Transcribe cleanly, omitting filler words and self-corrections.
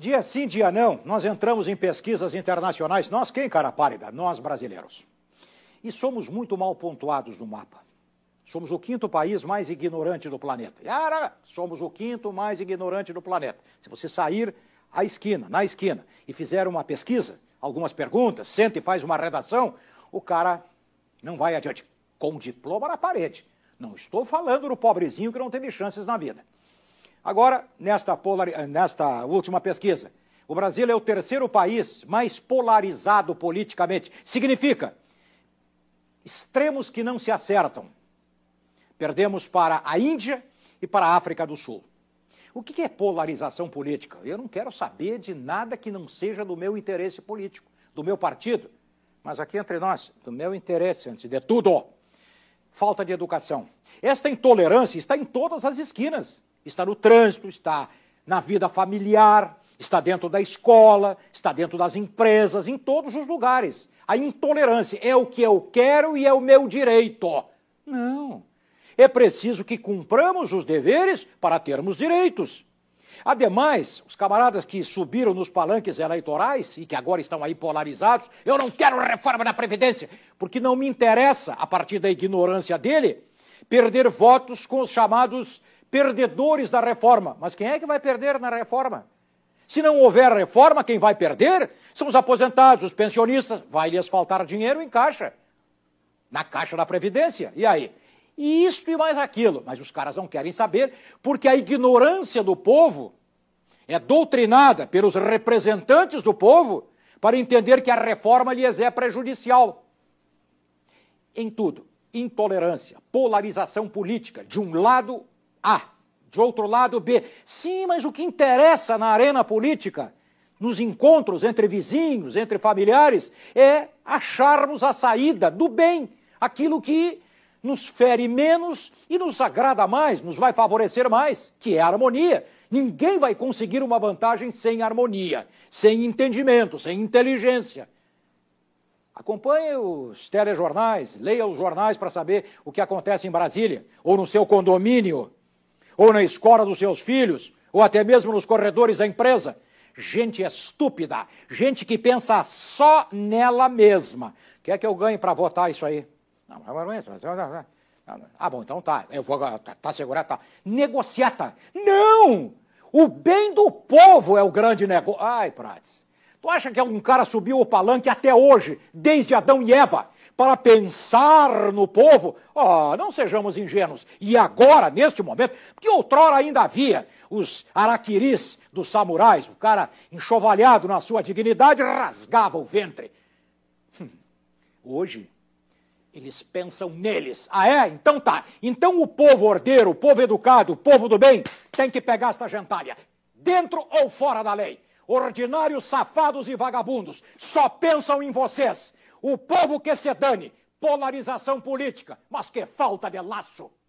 Dia sim, dia não, nós entramos em pesquisas internacionais. Nós quem, cara pálida? Nós brasileiros. E somos muito mal pontuados no mapa. Somos o quinto país mais ignorante do planeta. Somos o quinto mais ignorante do planeta. Se você sair na esquina, e fizer uma pesquisa, algumas perguntas, senta e faz uma redação, o cara não vai adiante. Com diploma na parede. Não estou falando do pobrezinho que não teve chances na vida. Agora, nesta última pesquisa, o Brasil é o terceiro país mais polarizado politicamente. Significa extremos que não se acertam. Perdemos para a Índia e para a África do Sul. O que é polarização política? Eu não quero saber de nada que não seja do meu interesse político, do meu partido. Mas aqui entre nós, do meu interesse, antes de tudo, falta de educação. Esta intolerância está em todas as esquinas. Está no trânsito, está na vida familiar, está dentro da escola, está dentro das empresas, em todos os lugares. A intolerância é o que eu quero e é o meu direito. Não. É preciso que cumpramos os deveres para termos direitos. Ademais, os camaradas que subiram nos palanques eleitorais e que agora estão aí polarizados, eu não quero reforma da Previdência, porque não me interessa, a partir da ignorância dele, perder votos com os chamados perdedores da reforma. Mas quem é que vai perder na reforma? Se não houver reforma, quem vai perder são os aposentados, os pensionistas. Vai lhes faltar dinheiro em caixa, na caixa da Previdência. E aí? E isto e mais aquilo. Mas os caras não querem saber, porque a ignorância do povo é doutrinada pelos representantes do povo para entender que a reforma lhes é prejudicial. Em tudo, intolerância, polarização política, de um lado A, de outro lado B. Sim, mas o que interessa na arena política, nos encontros entre vizinhos, entre familiares, é acharmos a saída do bem, aquilo que nos fere menos e nos agrada mais, nos vai favorecer mais, que é a harmonia. Ninguém vai conseguir uma vantagem sem harmonia, sem entendimento, sem inteligência. Acompanhe os telejornais, leia os jornais para saber o que acontece em Brasília, ou no seu condomínio, ou na escola dos seus filhos, ou até mesmo nos corredores da empresa. Gente estúpida, gente que pensa só nela mesma. Quer que eu ganhe para votar isso aí? Não, bom, então tá, eu vou, tá segurado, tá. Negociata. Não! O bem do povo é o grande negócio. Ai, Prates, tu acha que algum cara subiu o palanque até hoje, desde Adão e Eva, para pensar no povo? Não sejamos ingênuos. E agora, neste momento, porque outrora ainda havia os araquiris dos samurais, o cara enxovalhado na sua dignidade rasgava o ventre. Hoje, eles pensam neles. Ah, é? Então tá. Então o povo ordeiro, o povo educado, o povo do bem, tem que pegar esta gentalha, dentro ou fora da lei. Ordinários, safados e vagabundos, só pensam em vocês. O povo que se dane. Polarização política, mas que falta de laço.